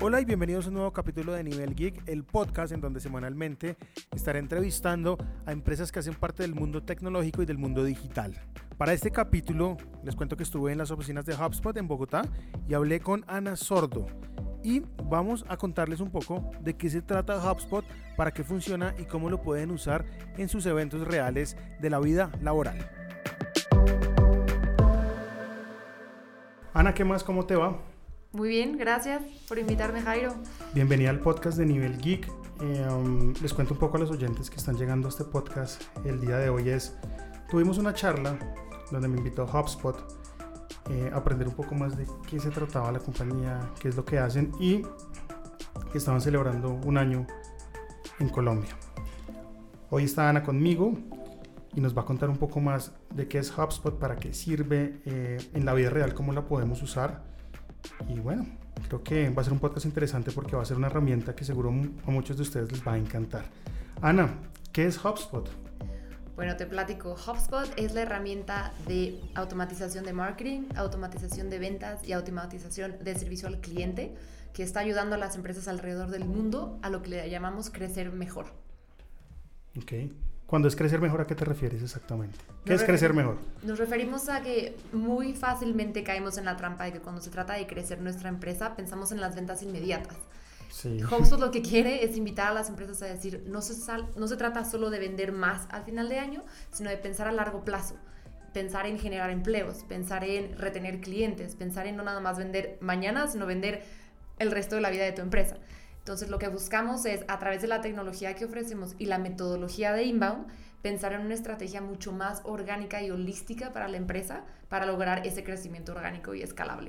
Hola y bienvenidos a un nuevo capítulo de Nivel Geek, el podcast en donde semanalmente estaré entrevistando a empresas que hacen parte del mundo tecnológico y del mundo digital. Para este capítulo les cuento que estuve en las oficinas de HubSpot en Bogotá y hablé con Ana Sordo. Y vamos a contarles un poco de qué se trata HubSpot, para qué funciona y cómo lo pueden usar en sus eventos reales de la vida laboral. Ana, ¿qué más? ¿Cómo te va? Muy bien, gracias por invitarme, Jairo. Bienvenida al podcast de Nivel Geek. Les cuento un poco a los oyentes que están llegando a este podcast. El día de hoy tuvimos una charla donde me invitó HubSpot a aprender un poco más de qué se trataba la compañía, qué es lo que hacen, y que estaban celebrando un año en Colombia. Hoy está Ana conmigo y nos va a contar un poco más de qué es HubSpot, para qué sirve en la vida real, cómo la podemos usar. Y bueno, creo que va a ser un podcast interesante porque va a ser una herramienta que seguro a muchos de ustedes les va a encantar. Ana, ¿qué es HubSpot? Bueno, te platico. HubSpot es la herramienta de automatización de marketing, automatización de ventas y automatización de servicio al cliente que está ayudando a las empresas alrededor del mundo a lo que le llamamos crecer mejor. Ok. Cuando es crecer mejor, ¿a qué te refieres exactamente? ¿Qué es crecer mejor? Nos referimos a que muy fácilmente caemos en la trampa de que cuando se trata de crecer nuestra empresa pensamos en las ventas inmediatas. Sí. HubSpot lo que quiere es invitar a las empresas a decir, no se trata solo de vender más al final de año, sino de pensar a largo plazo, pensar en generar empleos, pensar en retener clientes, pensar en no nada más vender mañana, sino vender el resto de la vida de tu empresa. Entonces lo que buscamos es, a través de la tecnología que ofrecemos y la metodología de Inbound, pensar en una estrategia mucho más orgánica y holística para la empresa para lograr ese crecimiento orgánico y escalable.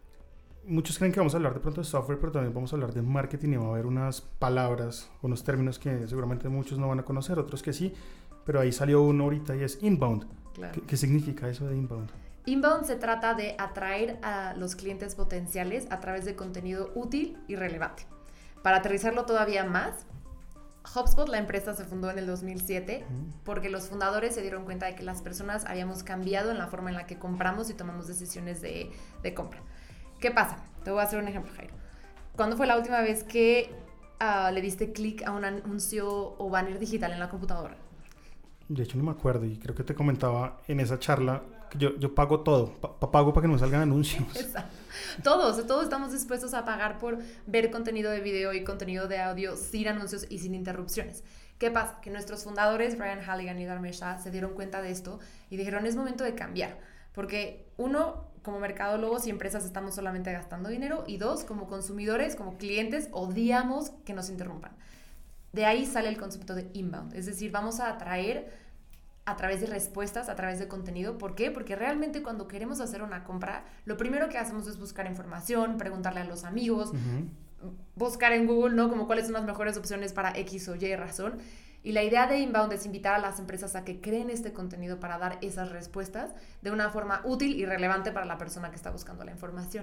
Muchos creen que vamos a hablar de pronto de software, pero también vamos a hablar de marketing y va a haber unas palabras, unos términos que seguramente muchos no van a conocer, otros que sí, pero ahí salió uno ahorita y es Inbound. Claro. ¿Qué significa eso de Inbound? Inbound se trata de atraer a los clientes potenciales a través de contenido útil y relevante. Para aterrizarlo todavía más, HubSpot, la empresa, se fundó en el 2007 porque los fundadores se dieron cuenta de que las personas habíamos cambiado en la forma en la que compramos y tomamos decisiones de compra. ¿Qué pasa? Te voy a hacer un ejemplo, Jairo. ¿Cuándo fue la última vez que le diste clic a un anuncio o banner digital en la computadora? De hecho, no me acuerdo, y creo que te comentaba en esa charla que yo pago todo, pago para que no salgan anuncios. Exacto. Todos estamos dispuestos a pagar por ver contenido de video y contenido de audio sin anuncios y sin interrupciones. ¿Qué pasa? Que nuestros fundadores, Brian Halligan y Dharmesh Shah, se dieron cuenta de esto y dijeron, es momento de cambiar. Porque uno, como mercadólogos y empresas, estamos solamente gastando dinero, y dos, como consumidores, como clientes, odiamos que nos interrumpan. De ahí sale el concepto de inbound, es decir, vamos a atraer a través de respuestas, a través de contenido. ¿Por qué? Porque realmente cuando queremos hacer una compra, lo primero que hacemos es buscar información, preguntarle a los amigos, buscar en Google, ¿no? Como cuáles son las mejores opciones para X o Y razón. Y la idea de Inbound es invitar a las empresas a que creen este contenido para dar esas respuestas de una forma útil y relevante para la persona que está buscando la información.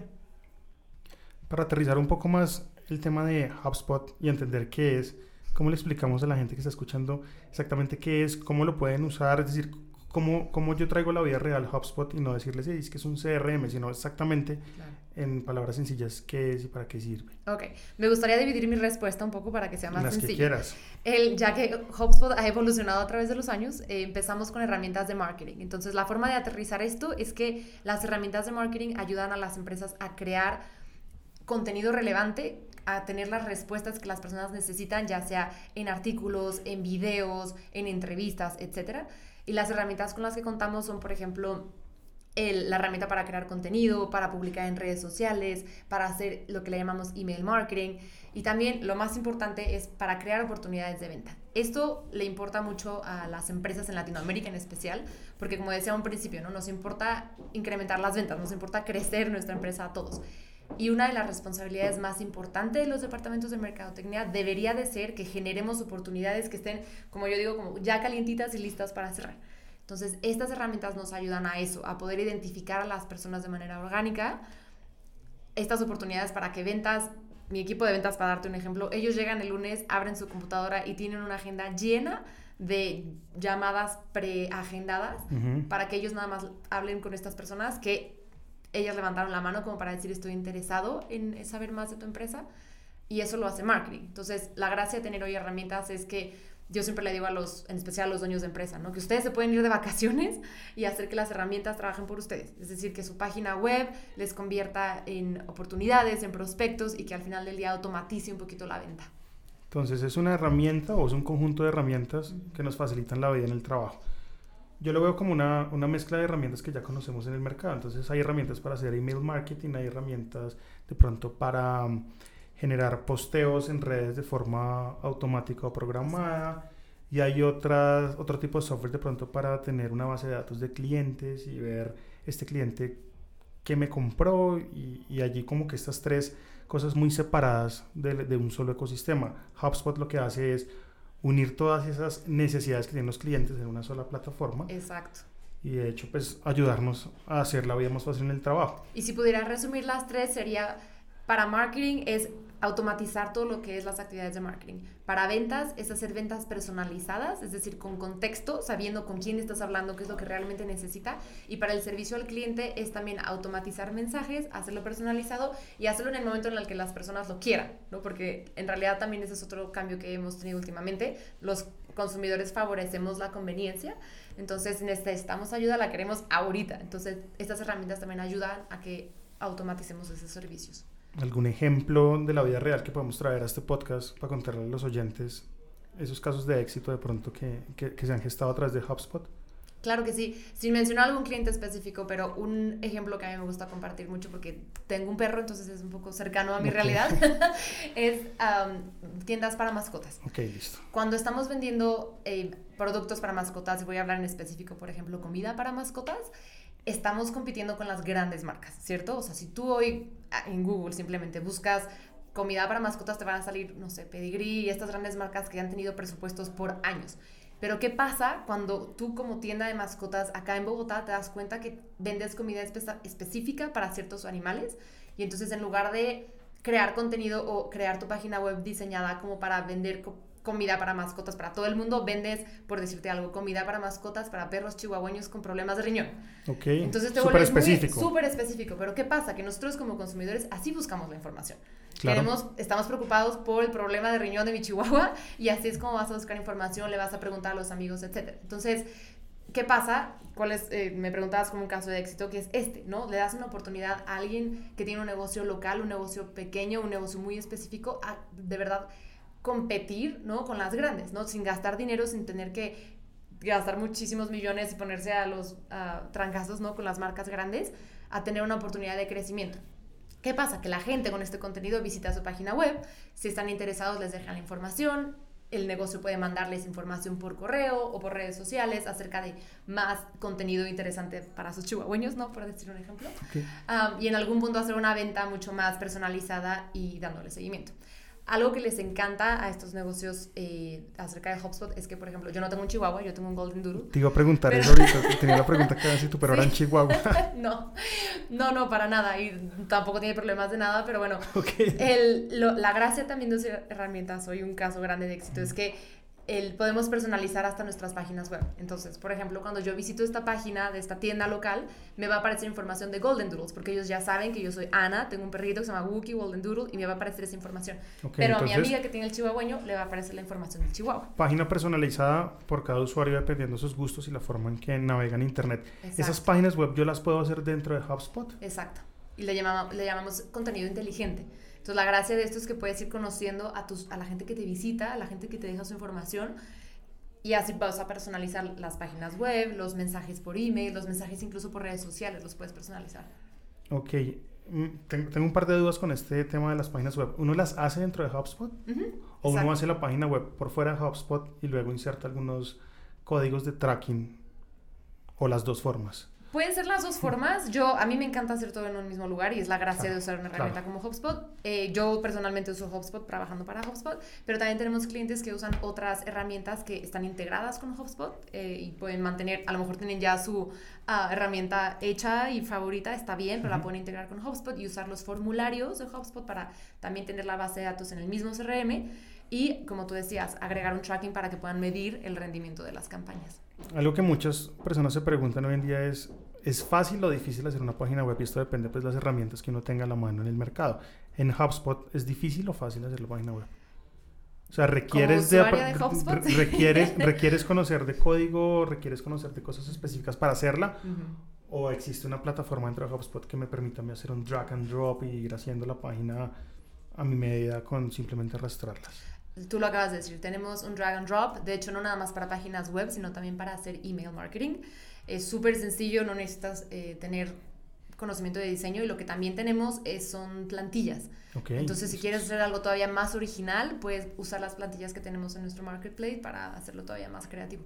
Para aterrizar un poco más el tema de HubSpot y entender qué es, ¿cómo le explicamos a la gente que está escuchando exactamente qué es, cómo lo pueden usar? Es decir, cómo yo traigo la vida real HubSpot y no decirles es que es un CRM, sino exactamente, claro, en palabras sencillas, qué es y para qué sirve. Ok, me gustaría dividir mi respuesta un poco para que sea más sencilla. Las que quieras. Ya que HubSpot ha evolucionado a través de los años, empezamos con herramientas de marketing. Entonces, la forma de aterrizar esto es que las herramientas de marketing ayudan a las empresas a crear contenido relevante, a tener las respuestas que las personas necesitan, ya sea en artículos, en videos, en entrevistas, etc. Y las herramientas con las que contamos son, por ejemplo, la herramienta para crear contenido, para publicar en redes sociales, para hacer lo que le llamamos email marketing, y también, lo más importante, es para crear oportunidades de venta. Esto le importa mucho a las empresas en Latinoamérica en especial, porque como decía a un principio, ¿no? Nos importa incrementar las ventas, nos importa crecer nuestra empresa a todos. Y una de las responsabilidades más importantes de los departamentos de mercadotecnia debería de ser que generemos oportunidades que estén, como yo digo, como ya calientitas y listas para cerrar. Entonces, estas herramientas nos ayudan a eso, a poder identificar a las personas de manera orgánica, estas oportunidades para que ventas, mi equipo de ventas, para darte un ejemplo, ellos llegan el lunes, abren su computadora y tienen una agenda llena de llamadas preagendadas para que ellos nada más hablen con estas personas que ellas levantaron la mano como para decir estoy interesado en saber más de tu empresa. y eso lo hace marketing. Entonces, la gracia de tener hoy herramientas es que yo siempre le digo en especial a los dueños de empresa, ¿no? Que ustedes se pueden ir de vacaciones y hacer que las herramientas trabajen por ustedes. Es decir, que su página web les convierta en oportunidades, en prospectos y que al final del día automatice un poquito la venta. Entonces, ¿es una herramienta o es un conjunto de herramientas que nos facilitan la vida en el trabajo? Yo lo veo como una mezcla de herramientas que ya conocemos en el mercado. Entonces, hay herramientas para hacer email marketing, hay herramientas de pronto para generar posteos en redes de forma automática o programada, y hay otro tipo de software de pronto para tener una base de datos de clientes y ver este cliente que me compró, y allí como que estas tres cosas muy separadas de un solo ecosistema. HubSpot lo que hace es unir todas esas necesidades que tienen los clientes en una sola plataforma. Exacto. Y de hecho, pues ayudarnos a hacer la vida más fácil en el trabajo. Y si pudiera resumir las tres, sería: para marketing es automatizar todo lo que es las actividades de marketing. Para ventas es hacer ventas personalizadas, es decir, con contexto, sabiendo con quién estás hablando, qué es lo que realmente necesita. Y para el servicio al cliente es también automatizar mensajes, hacerlo personalizado y hacerlo en el momento en el que las personas lo quieran, ¿no? Porque en realidad también ese es otro cambio que hemos tenido últimamente. Los consumidores favorecemos la conveniencia, entonces necesitamos ayuda, la queremos ahorita. Entonces estas herramientas también ayudan a que automaticemos esos servicios. ¿Algún ejemplo de la vida real que podemos traer a este podcast para contarle a los oyentes esos casos de éxito de pronto que se han gestado a través de HubSpot? Claro que sí, sin mencionar algún cliente específico, pero un ejemplo que a mí me gusta compartir mucho porque tengo un perro, entonces es un poco cercano a mi realidad, es tiendas para mascotas. Ok, listo. Cuando estamos vendiendo productos para mascotas, y voy a hablar en específico, por ejemplo, comida para mascotas, estamos compitiendo con las grandes marcas, ¿cierto? O sea, si tú hoy en Google simplemente buscas comida para mascotas, te van a salir, no sé, Pedigree y estas grandes marcas que han tenido presupuestos por años. Pero ¿qué pasa cuando tú como tienda de mascotas acá en Bogotá te das cuenta que vendes comida específica para ciertos animales? Y entonces en lugar de crear contenido o crear tu página web diseñada como para vender comida para mascotas para todo el mundo, vendes, por decirte algo, comida para mascotas para perros chihuahueños con problemas de riñón. Ok, entonces te súper vuelves específico. Súper específico, pero ¿qué pasa? Que nosotros como consumidores así buscamos la información. Claro. Estamos preocupados por el problema de riñón de mi chihuahua y así es como vas a buscar información, le vas a preguntar a los amigos, etc. Entonces, ¿qué pasa? Me preguntabas como un caso de éxito, que es ¿no? Le das una oportunidad a alguien que tiene un negocio local, un negocio pequeño, un negocio muy específico, a de verdad competir, ¿no? Con las grandes, ¿no? Sin gastar dinero, sin tener que gastar muchísimos millones y ponerse a los trancazos, ¿no? Con las marcas grandes, a tener una oportunidad de crecimiento. ¿Qué pasa? Que la gente con este contenido visita su página web, si están interesados les dejan la información, el negocio puede mandarles información por correo o por redes sociales acerca de más contenido interesante para sus chihuahueños, ¿no? Por decir un ejemplo. Okay. Y en algún punto hacer una venta mucho más personalizada y dándole seguimiento. Algo que les encanta a estos negocios acerca de HubSpot es que, por ejemplo, yo no tengo un chihuahua, yo tengo un golden doodle. Te iba a preguntar eso ahorita, que tenía la pregunta que si tu perro era en Chihuahua. No, para nada, y tampoco tiene problemas de nada, pero bueno, Okay. La gracia también de usar herramientas, hoy un caso grande de éxito, es que podemos personalizar hasta nuestras páginas web. Entonces, por ejemplo, cuando yo visito esta página de esta tienda local, me va a aparecer información de Golden Doodles, porque ellos ya saben que yo soy Ana, tengo un perrito que se llama Wookie Golden Doodle, y me va a aparecer esa información. Okay, pero entonces, a mi amiga que tiene el chihuahueño le va a aparecer la información del chihuahua. Página personalizada por cada usuario dependiendo de sus gustos y la forma en que navega en internet. Exacto. Esas páginas web yo las puedo hacer dentro de HubSpot. Exacto. Y le llamamos contenido inteligente. Entonces, la gracia de esto es que puedes ir conociendo a la gente que te visita, a la gente que te deja su información, y así vas a personalizar las páginas web, los mensajes por email, los mensajes incluso por redes sociales, los puedes personalizar. Ok, tengo un par de dudas con este tema de las páginas web. ¿Uno las hace dentro de HubSpot? ¿O uno hace la página web por fuera de HubSpot y luego inserta algunos códigos de tracking? ¿O las dos formas? Pueden ser las dos formas. A mí me encanta hacer todo en un mismo lugar y es la gracia de usar una herramienta como HubSpot. Yo personalmente uso HubSpot trabajando para HubSpot, pero también tenemos clientes que usan otras herramientas que están integradas con HubSpot y pueden mantener, a lo mejor tienen ya su herramienta hecha y favorita, está bien, pero la pueden integrar con HubSpot y usar los formularios de HubSpot para también tener la base de datos en el mismo CRM y, como tú decías, agregar un tracking para que puedan medir el rendimiento de las campañas. Algo que muchas personas se preguntan hoy en día es ¿Es fácil o difícil hacer una página web? Y esto depende pues de las herramientas que uno tenga a la mano en el mercado. En HubSpot, ¿es difícil o fácil hacer la página web? O sea, requieres requieres conocer de código, requieres conocer de cosas específicas para hacerla, o existe una plataforma dentro de HubSpot que me permita hacer un drag and drop y ir haciendo la página a mi medida con simplemente arrastrarlas. Tú lo acabas de decir, tenemos un drag and drop, de hecho no nada más para páginas web, sino también para hacer email marketing. Es súper sencillo, no necesitas tener conocimiento de diseño, y lo que también tenemos son plantillas. Okay. Entonces, si quieres hacer algo todavía más original, puedes usar las plantillas que tenemos en nuestro marketplace para hacerlo todavía más creativo.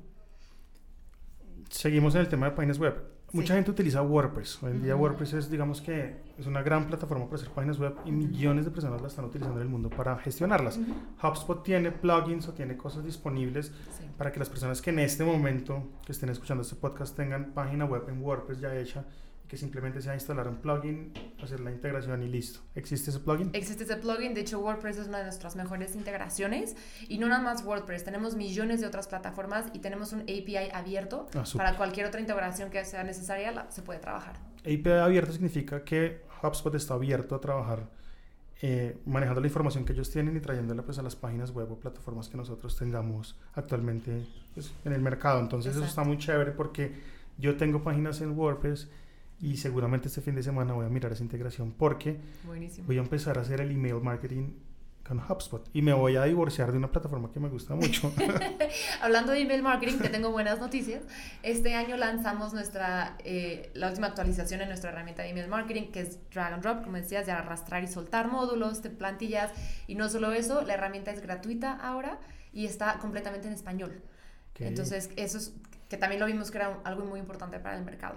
Seguimos en el tema de páginas web. Mucha gente utiliza WordPress. Hoy en día WordPress es, digamos que, es una gran plataforma para hacer páginas web y millones de personas la están utilizando en el mundo para gestionarlas. HubSpot tiene plugins o tiene cosas disponibles para que las personas que en este momento que estén escuchando este podcast tengan página web en WordPress ya hecha, que simplemente sea instalar un plugin, hacer la integración y listo. ¿Existe ese plugin? Existe ese plugin, de hecho WordPress es una de nuestras mejores integraciones, y no nada más WordPress, tenemos millones de otras plataformas y tenemos un API abierto para cualquier otra integración que sea necesaria, se puede trabajar. API abierto significa que HubSpot está abierto a trabajar manejando la información que ellos tienen y trayéndola pues a las páginas web o plataformas que nosotros tengamos actualmente pues, en el mercado. Entonces Eso está muy chévere porque yo tengo páginas en WordPress y seguramente este fin de semana voy a mirar esa integración porque voy a empezar a hacer el email marketing con HubSpot y me voy a divorciar de una plataforma que me gusta mucho. Hablando de email marketing, te tengo buenas noticias. Este año lanzamos la última actualización en nuestra herramienta de email marketing, que es drag and drop, como decías, de arrastrar y soltar módulos, de plantillas, y no solo eso, la herramienta es gratuita ahora y está completamente en español. Okay. Entonces, eso es que también lo vimos que era algo muy importante para el mercado.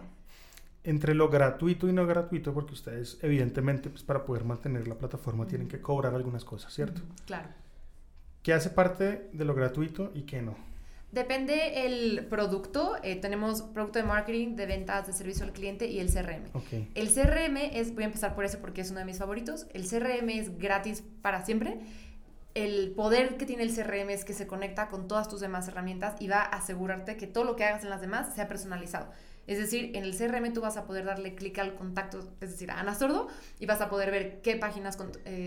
Entre lo gratuito y no gratuito, porque ustedes evidentemente pues, para poder mantener la plataforma tienen que cobrar algunas cosas, ¿cierto? Claro. ¿Qué hace parte de lo gratuito y qué no? Depende el producto. Tenemos producto de marketing, de ventas, de servicio al cliente y el CRM. Okay. El CRM voy a empezar por ese porque es uno de mis favoritos. El CRM es gratis para siempre. El poder que tiene el CRM es que se conecta con todas tus demás herramientas y va a asegurarte que todo lo que hagas en las demás sea personalizado. Es decir, en el CRM tú vas a poder darle clic al contacto, es decir, a Ana Sordo, y vas a poder ver qué páginas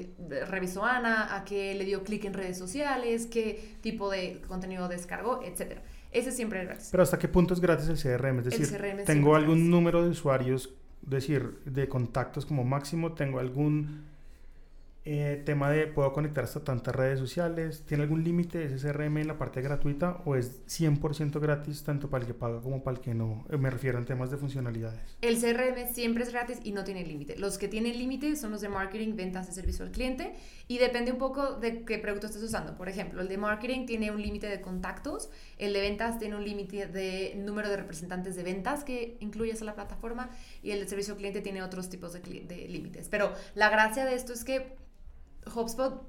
revisó Ana, a qué le dio clic en redes sociales, qué tipo de contenido descargó, etc. Ese siempre es gratis. Pero ¿hasta qué punto es gratis el CRM? Es decir, ¿tengo algún número de usuarios, es decir, de contactos como máximo? ¿Tengo algún tema de puedo conectar hasta tantas redes sociales? ¿Tiene algún límite ese CRM en la parte gratuita o es 100% gratis tanto para el que paga como para el que no? Me refiero en temas de funcionalidades. El CRM siempre es gratis y no tiene límite. Los que tienen límite son los de marketing, ventas y servicio al cliente, y depende un poco de qué producto estés usando. Por ejemplo, el de marketing tiene un límite de contactos, el de ventas tiene un límite de número de representantes de ventas que incluyes a la plataforma, y el de servicio al cliente tiene otros tipos de límites. Pero la gracia de esto es que HubSpot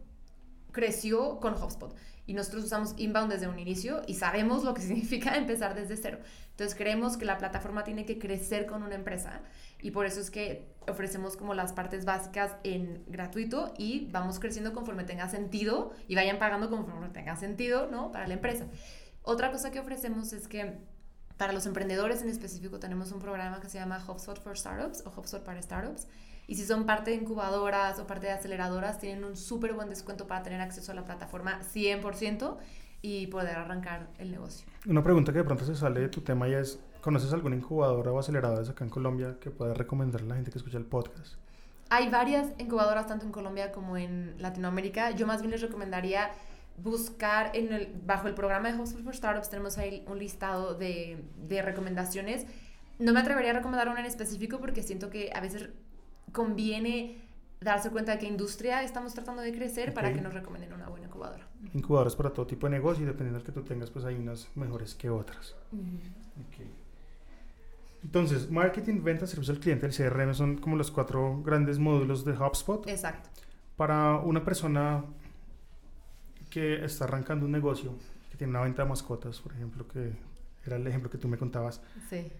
creció con HubSpot y nosotros usamos inbound desde un inicio y sabemos lo que significa empezar desde cero. Entonces creemos que la plataforma tiene que crecer con una empresa y por eso es que ofrecemos como las partes básicas en gratuito y vamos creciendo conforme tenga sentido y vayan pagando conforme tenga sentido, ¿no? Para la empresa. Otra cosa que ofrecemos es que para los emprendedores en específico tenemos un programa que se llama HubSpot for Startups o HubSpot para Startups. Y si son parte de incubadoras o parte de aceleradoras, tienen un súper buen descuento para tener acceso a la plataforma 100% y poder arrancar el negocio. Una pregunta que de pronto se sale de tu tema ya es, ¿conoces alguna incubadora o aceleradora acá en Colombia que pueda recomendarle a la gente que escucha el podcast? Hay varias incubadoras tanto en Colombia como en Latinoamérica. Yo más bien les recomendaría buscar bajo el programa de HubSpot for Startups. Tenemos ahí un listado de recomendaciones. No me atrevería a recomendar una en específico porque siento que a veces conviene darse cuenta de qué industria estamos tratando de crecer para que nos recomienden una buena incubadora. Incubadoras para todo tipo de negocio y dependiendo del que tú tengas, pues hay unas mejores que otras. Okay. Entonces, marketing, ventas, servicio al cliente, el CRM son como los 4 grandes módulos de HubSpot. Exacto. Para una persona que está arrancando un negocio, que tiene una venta de mascotas, por ejemplo, que era el ejemplo que tú me contabas. Sí.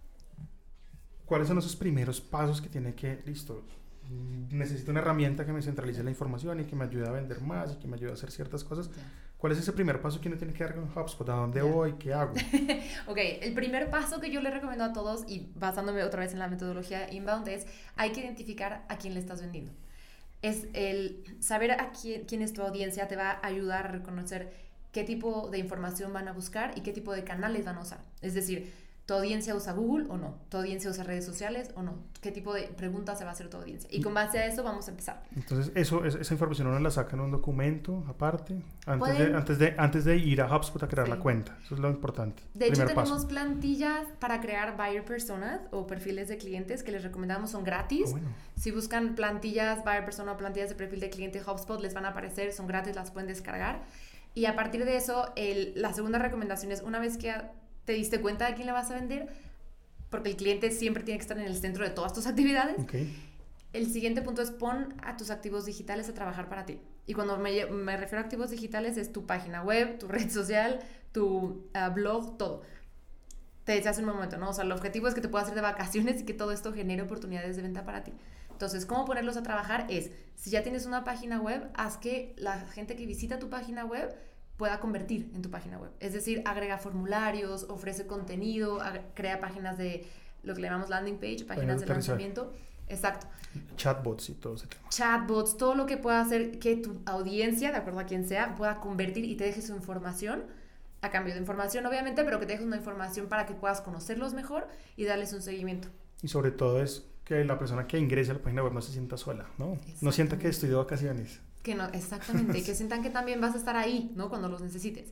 ¿Cuáles son esos primeros pasos que tiene que, listo, necesito una herramienta que me centralice la información y que me ayude a vender más y que me ayude a hacer ciertas cosas ¿Cuál es ese primer paso que uno tiene que dar con HubSpot? ¿A dónde voy? ¿Qué hago? Ok, el primer paso que yo le recomiendo a todos, y basándome otra vez en la metodología inbound, es hay que identificar a quién le estás vendiendo. Es el saber a quién es tu audiencia, te va a ayudar a reconocer qué tipo de información van a buscar y qué tipo de canales van a usar. Es decir, ¿tu audiencia usa Google o no? ¿Tu audiencia usa redes sociales o no? ¿Qué tipo de preguntas se va a hacer tu audiencia? Y con base a eso vamos a empezar. Entonces, esa información uno la saca en un documento aparte, antes de ir a HubSpot a crear la cuenta. Eso es lo importante. De hecho, tenemos plantillas para crear buyer personas o perfiles de clientes que les recomendamos, son gratis. Bueno. Si buscan plantillas buyer persona o plantillas de perfil de cliente HubSpot, les van a aparecer, son gratis, las pueden descargar. Y a partir de eso, la segunda recomendación es, una vez que te diste cuenta de quién le vas a vender, porque el cliente siempre tiene que estar en el centro de todas tus actividades. Okay. El siguiente punto es pon a tus activos digitales a trabajar para ti. Y cuando me refiero a activos digitales es tu página web, tu red social, tu blog, todo. Te decía hace un momento, ¿no? O sea, el objetivo es que te puedas ir de vacaciones y que todo esto genere oportunidades de venta para ti. Entonces, ¿cómo ponerlos a trabajar? Es, si ya tienes una página web, haz que la gente que visita tu página web pueda convertir en tu página web. Es decir, agrega formularios, ofrece contenido, crea páginas de lo que le llamamos landing page, páginas de lanzamiento. Exacto. Chatbots y todo ese tema. Chatbots, todo lo que pueda hacer que tu audiencia, de acuerdo a quien sea, pueda convertir y te deje su información, a cambio de información obviamente, pero que te dejes una información para que puedas conocerlos mejor y darles un seguimiento. Y sobre todo es que la persona que ingrese a la página web no se sienta sola, ¿no? No sienta que estoy de vacaciones. Que no, exactamente, que sientan que también vas a estar ahí, ¿no? Cuando los necesites.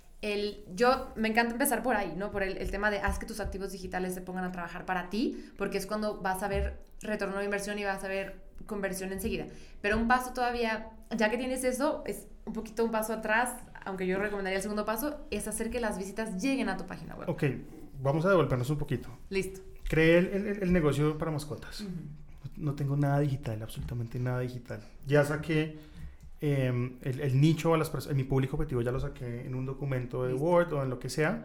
Me encanta empezar por ahí, ¿no? Por el tema de haz que tus activos digitales se pongan a trabajar para ti, porque es cuando vas a ver retorno de inversión y vas a ver conversión enseguida. Pero un paso todavía, ya que tienes eso, es un poquito un paso atrás, aunque yo recomendaría el segundo paso, es hacer que las visitas lleguen a tu página web. Ok, vamos a devolvernos un poquito. Listo. Creé el negocio para mascotas. No tengo nada digital, absolutamente nada digital. Ya saqué el nicho a las personas, mi público objetivo ya lo saqué en un documento de Word o en lo que sea.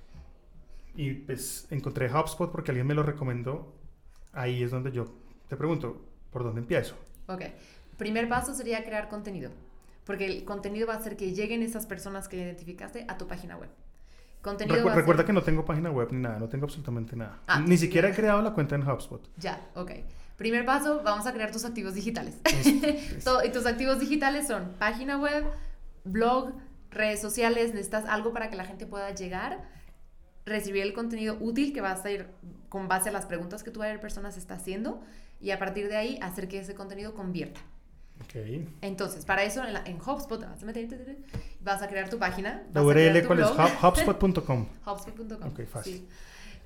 Y pues encontré HubSpot porque alguien me lo recomendó. Ahí es donde yo te pregunto, ¿por dónde empiezo? Ok. Primer paso sería crear contenido. Porque el contenido va a hacer que lleguen esas personas que identificaste a tu página web. Recuerda que no tengo página web ni nada, no tengo absolutamente nada. Ni siquiera he creado la cuenta en HubSpot. Ya, ok. Primer paso, vamos a crear tus activos digitales. Y tus activos digitales son página web, blog, redes sociales. Necesitas algo para que la gente pueda llegar, recibir el contenido útil que va a ir con base a las preguntas que tu buyer personas está haciendo y a partir de ahí hacer que ese contenido convierta. Okay. Entonces, para eso en HubSpot te vas a meter, vas a crear tu página. La URL, ¿cuál es? HubSpot.com. HubSpot.com. Ok, fácil. Sí.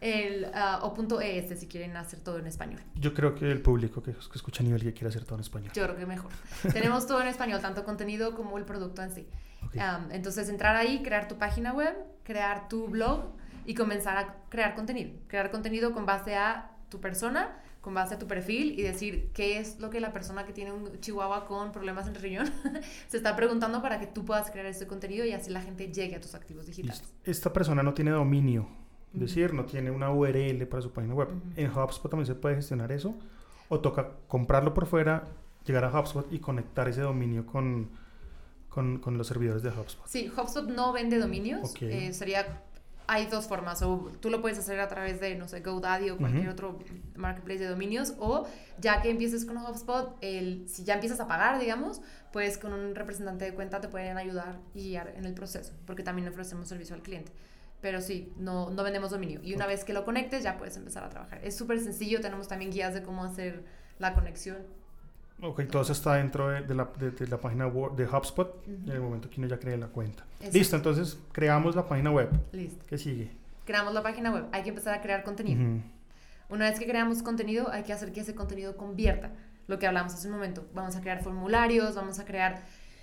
O .es si quieren hacer todo en español. Yo creo que el público que escucha a nivel que quiere hacer todo en español. Yo creo que mejor. Tenemos todo en español, tanto contenido como el producto en sí. Okay. Entonces, entrar ahí, crear tu página web, crear tu blog y comenzar a crear contenido. Crear contenido con base a tu persona, con base a tu perfil y decir qué es lo que la persona que tiene un chihuahua con problemas en el riñón se está preguntando para que tú puedas crear ese contenido y así la gente llegue a tus activos digitales. Listo. Esta persona no tiene dominio, es decir, no tiene una URL para su página web. ¿En HubSpot también se puede gestionar eso? ¿O toca comprarlo por fuera, llegar a HubSpot y conectar ese dominio con los servidores de HubSpot? Sí, HubSpot no vende dominios. Okay. Hay dos formas, o tú lo puedes hacer a través de, no sé, GoDaddy o cualquier otro marketplace de dominios, o ya que empieces con HubSpot, si ya empiezas a pagar, digamos, pues con un representante de cuenta te pueden ayudar y guiar en el proceso, porque también ofrecemos servicio al cliente. Pero sí, no vendemos dominio. Y una vez que lo conectes, ya puedes empezar a trabajar. Es súper sencillo, tenemos también guías de cómo hacer la conexión. Ok, todo eso está dentro de la página de HubSpot en el momento que uno ya cree la cuenta. Exacto. Listo, entonces creamos la página web. Listo. ¿Qué sigue? Creamos la página web, hay que empezar a crear contenido. Una vez que creamos contenido, hay que hacer que ese contenido convierta. Lo que hablamos hace un momento. Vamos a crear formularios, vamos a crear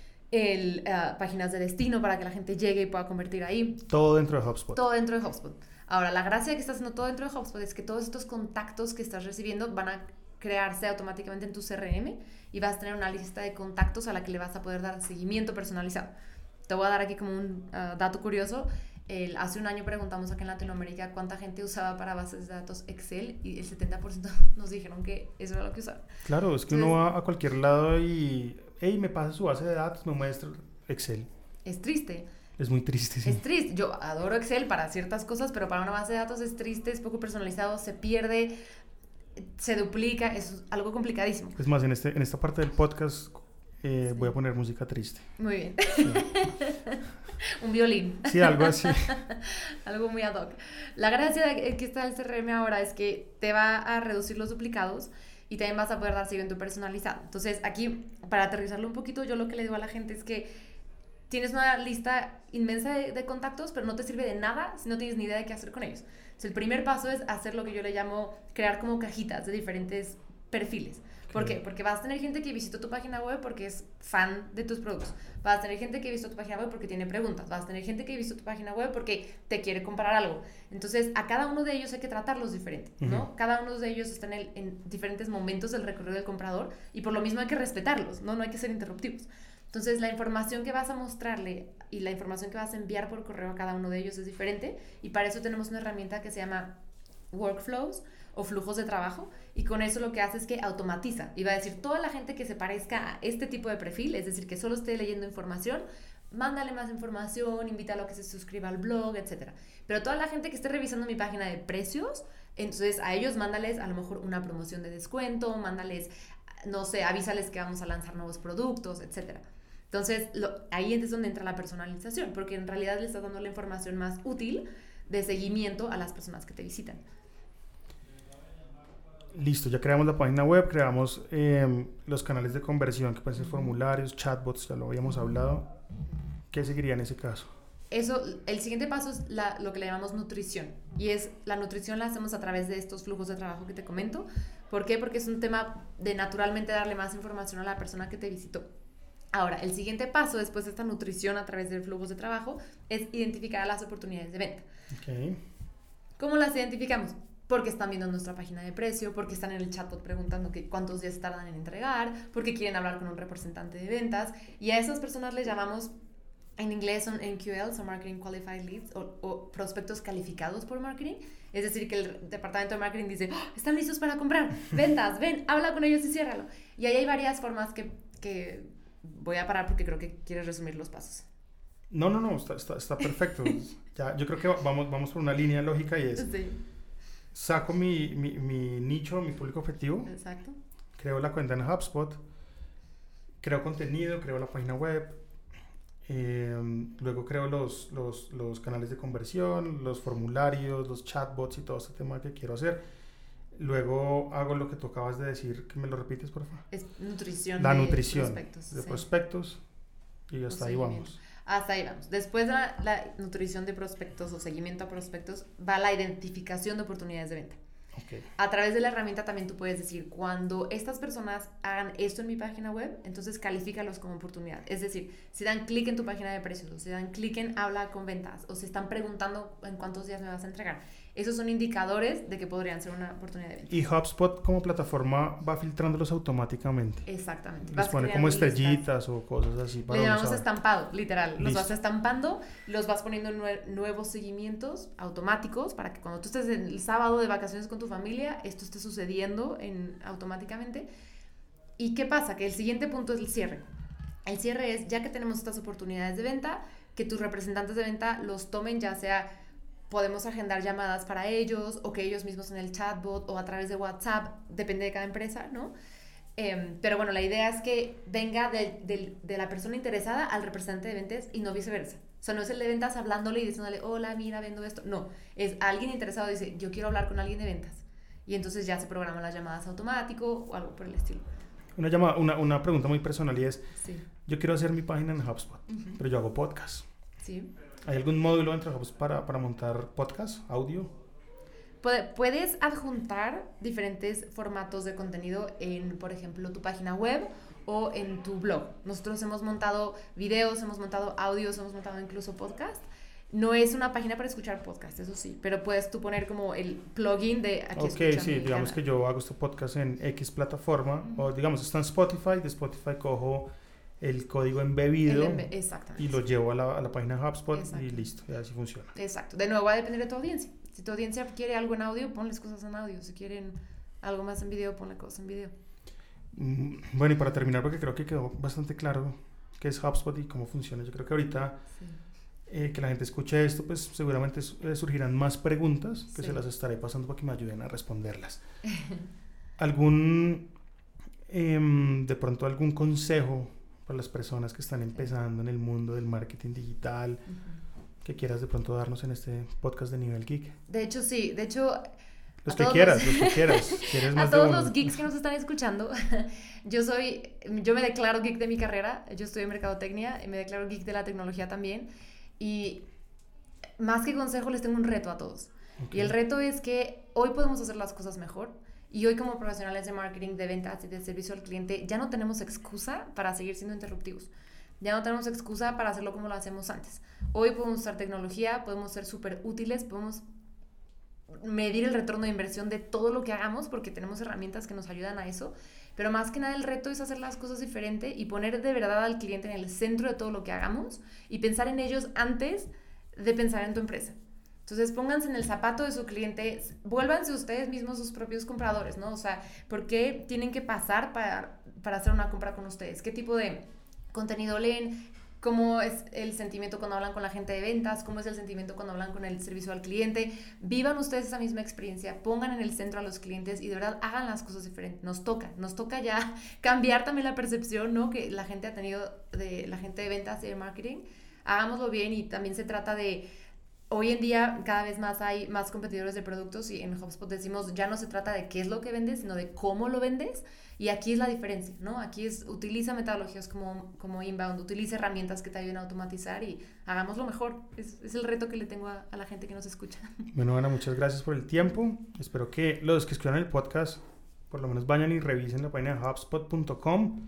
páginas de destino para que la gente llegue y pueda convertir ahí. Todo dentro de HubSpot. Todo dentro de HubSpot. Ahora, la gracia de que estás haciendo todo dentro de HubSpot es que todos estos contactos que estás recibiendo van a crearse automáticamente en tu CRM y vas a tener una lista de contactos a la que le vas a poder dar seguimiento personalizado. Te voy a dar aquí como un dato curioso. Hace un año preguntamos acá en Latinoamérica cuánta gente usaba para bases de datos Excel y el 70% nos dijeron que eso era lo que usaban. Claro, es que uno va a cualquier lado y me pasa su base de datos, me muestra Excel. Es triste. Es muy triste, sí. Es triste. Yo adoro Excel para ciertas cosas, pero para una base de datos es triste, es poco personalizado, se pierde, se duplica, es algo complicadísimo. Es más, en esta parte del podcast voy a poner música triste. Muy bien. Sí. Un violín. Sí, algo así. Algo muy ad hoc. La gracia de que está el CRM ahora es que te va a reducir los duplicados y también vas a poder dar seguimiento personalizado. Entonces, aquí, para aterrizarlo un poquito, yo lo que le digo a la gente es que tienes una lista inmensa de contactos, pero no te sirve de nada si no tienes ni idea de qué hacer con ellos. Entonces, el primer paso es hacer lo que yo le llamo crear como cajitas de diferentes perfiles. ¿Por qué? Porque vas a tener gente que visitó tu página web porque es fan de tus productos. Vas a tener gente que visitó tu página web porque tiene preguntas. Vas a tener gente que visitó tu página web porque te quiere comprar algo. Entonces, a cada uno de ellos hay que tratarlos diferente, ¿no? Uh-huh. Cada uno de ellos está en diferentes momentos del recorrido del comprador y por lo mismo hay que respetarlos, ¿no? No hay que ser interruptivos. Entonces, la información que vas a mostrarle y la información que vas a enviar por correo a cada uno de ellos es diferente y para eso tenemos una herramienta que se llama Workflows o flujos de trabajo y con eso lo que hace es que automatiza y va a decir toda la gente que se parezca a este tipo de perfil, es decir, que solo esté leyendo información, mándale más información, invítalo a que se suscriba al blog, etc. Pero toda la gente que esté revisando mi página de precios, entonces a ellos mándales a lo mejor una promoción de descuento, mándales, no sé, avísales que vamos a lanzar nuevos productos, etc. Entonces ahí es donde entra la personalización, porque en realidad le estás dando la información más útil de seguimiento a las personas que te visitan. Listo, ya creamos la página web, creamos los canales de conversión que pueden ser formularios, chatbots, ya lo habíamos hablado. ¿Qué seguiría en ese caso? Eso, el siguiente paso es lo que le llamamos nutrición y es la nutrición la hacemos a través de estos flujos de trabajo que te comento. ¿Por qué? Porque es un tema de naturalmente darle más información a la persona que te visitó. Ahora, el siguiente paso después de esta nutrición a través de flujos de trabajo es identificar las oportunidades de venta. Okay. ¿Cómo las identificamos? Porque están viendo nuestra página de precio, porque están en el chatbot preguntando cuántos días tardan en entregar, porque quieren hablar con un representante de ventas y a esas personas les llamamos en inglés son NQLs o Marketing Qualified Leads o prospectos calificados por marketing, es decir que el departamento de marketing dice están listos para comprar, ventas, ven, habla con ellos y ciérralo y ahí hay varias formas que voy a parar porque creo que quieres resumir los pasos. No, está perfecto. Ya, yo creo que vamos por una línea lógica y es sí. Saco mi nicho, mi público objetivo. Exacto. Creo la cuenta en HubSpot. Creo contenido, creo la página web. Luego creo los canales de conversión, los formularios, los chatbots y todo este tema que quiero hacer. Luego hago lo que tú acabas de decir, que me lo repites, por favor. Es nutrición. La de nutrición prospectos, de sí. Prospectos y hasta ahí vamos. Hasta ahí vamos. Después de la nutrición de prospectos o seguimiento a prospectos, va la identificación de oportunidades de venta. Okay. A través de la herramienta también tú puedes decir, cuando estas personas hagan esto en mi página web, entonces califícalos como oportunidad. Es decir, si dan clic en tu página de precios, o si dan clic en habla con ventas, o si están preguntando en cuántos días me vas a entregar. Esos son indicadores de que podrían ser una oportunidad de venta. Y HubSpot como plataforma va filtrándolos automáticamente. Exactamente. Les pone como estrellitas o cosas así. Le llamamos estampado, literal. Listo. Los vas estampando, los vas poniendo en nuevos seguimientos automáticos para que cuando tú estés el sábado de vacaciones con tu familia, esto esté sucediendo automáticamente. ¿Y qué pasa? Que el siguiente punto es el cierre. El cierre es, ya que tenemos estas oportunidades de venta, que tus representantes de venta los tomen, ya sea podemos agendar llamadas para ellos o que ellos mismos en el chatbot o a través de WhatsApp, depende de cada empresa, ¿no? Pero bueno, la idea es que venga de la persona interesada al representante de ventas y no viceversa. O sea, no es el de ventas hablándole y diciéndole, hola, mira, vendo esto. No, es alguien interesado dice, yo quiero hablar con alguien de ventas. Y entonces ya se programan las llamadas automático o algo por el estilo. Una pregunta muy personal y es, sí. Yo quiero hacer mi página en HubSpot, pero yo hago podcast. Sí. ¿Hay algún módulo dentro de HubSpot para montar podcast, audio? Puedes adjuntar diferentes formatos de contenido en, por ejemplo, tu página web o en tu blog. Nosotros hemos montado videos, hemos montado audios, hemos montado incluso podcast. No es una página para escuchar podcast, eso sí, pero puedes tú poner como el plugin de aquí. Ok, sí, digamos que yo hago este podcast en X plataforma, o digamos está en Spotify, de Spotify cojo el código embebido y lo llevo a la página de HubSpot. Exacto. Y listo, y así funciona. Exacto, de nuevo va a depender de tu audiencia. Si tu audiencia quiere algo en audio, ponles cosas en audio. Si quieren algo más en video, ponle cosas en video. Bueno, y para terminar, porque creo que quedó bastante claro qué es HubSpot y cómo funciona. Yo creo que ahorita que la gente escuche esto, pues seguramente surgirán más preguntas que se las estaré pasando para que me ayuden a responderlas. De pronto algún consejo para las personas que están empezando en el mundo del marketing digital, que quieras de pronto darnos en este podcast de Nivel Geek? De hecho, sí. De hecho, los que quieras. A todos los geeks que nos están escuchando, yo me declaro geek de mi carrera, yo estudié mercadotecnia y me declaro geek de la tecnología también. Y más que consejo, les tengo un reto a todos. Y el reto es que hoy podemos hacer las cosas mejor. Y hoy, como profesionales de marketing, de ventas y de servicio al cliente, ya no tenemos excusa para seguir siendo interruptivos. Ya no tenemos excusa para hacerlo como lo hacemos antes. Hoy podemos usar tecnología, podemos ser súper útiles, podemos medir el retorno de inversión de todo lo que hagamos porque tenemos herramientas que nos ayudan a eso. Pero más que nada el reto es hacer las cosas diferente y poner de verdad al cliente en el centro de todo lo que hagamos y pensar en ellos antes de pensar en tu empresa. Entonces pónganse en el zapato de su cliente, vuélvanse ustedes mismos sus propios compradores, ¿no? O sea, ¿por qué tienen que pasar para hacer una compra con ustedes? ¿Qué tipo de contenido leen? ¿Cómo es el sentimiento cuando hablan con la gente de ventas? ¿Cómo es el sentimiento cuando hablan con el servicio al cliente? Vivan ustedes esa misma experiencia, pongan en el centro a los clientes y de verdad hagan las cosas diferentes. Nos toca ya cambiar también la percepción, ¿no?, que la gente ha tenido de la gente de ventas y de marketing. Hagámoslo bien y también se trata de... Hoy en día cada vez más hay más competidores de productos y en HubSpot decimos ya no se trata de qué es lo que vendes, sino de cómo lo vendes. Y aquí es la diferencia, ¿no? Aquí utiliza metodologías como Inbound, utiliza herramientas que te ayuden a automatizar y hagámoslo mejor. Es el reto que le tengo a la gente que nos escucha. Bueno, Ana, muchas gracias por el tiempo. Espero que los que escuchan el podcast por lo menos vayan y revisen la página de hubspot.com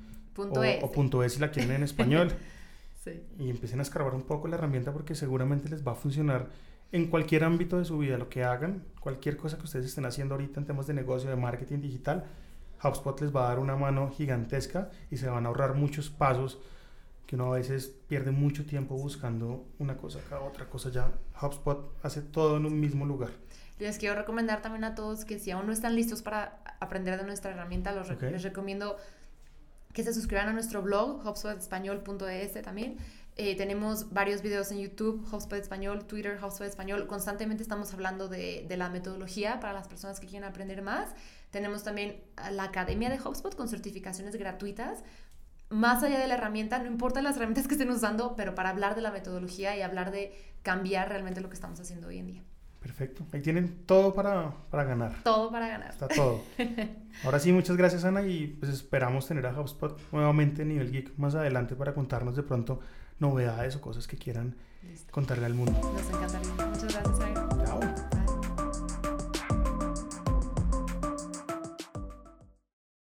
o .es si la quieren en español. Sí. Y empiecen a escarbar un poco la herramienta porque seguramente les va a funcionar en cualquier ámbito de su vida, lo que hagan, cualquier cosa que ustedes estén haciendo ahorita en temas de negocio, de marketing digital. HubSpot les va a dar una mano gigantesca y se van a ahorrar muchos pasos que uno a veces pierde mucho tiempo buscando una cosa acá, otra cosa allá. HubSpot hace todo en un mismo lugar. Les quiero recomendar también a todos que si aún no están listos para aprender de nuestra herramienta, les recomiendo que se suscriban a nuestro blog, hubspotespañol.es también. Tenemos varios videos en YouTube, HubSpot Español, Twitter, HubSpot Español. Constantemente estamos hablando de la metodología para las personas que quieren aprender más. Tenemos también la Academia de HubSpot con certificaciones gratuitas. Más allá de la herramienta, no importa las herramientas que estén usando, pero para hablar de la metodología y hablar de cambiar realmente lo que estamos haciendo hoy en día. Perfecto. Ahí tienen todo para ganar. Todo para ganar. Está todo. Ahora sí, muchas gracias, Ana, y pues esperamos tener a HubSpot nuevamente en Nivel Geek más adelante para contarnos de pronto novedades o cosas que quieran contarle al mundo. Nos encantaría. Muchas gracias, Jairo.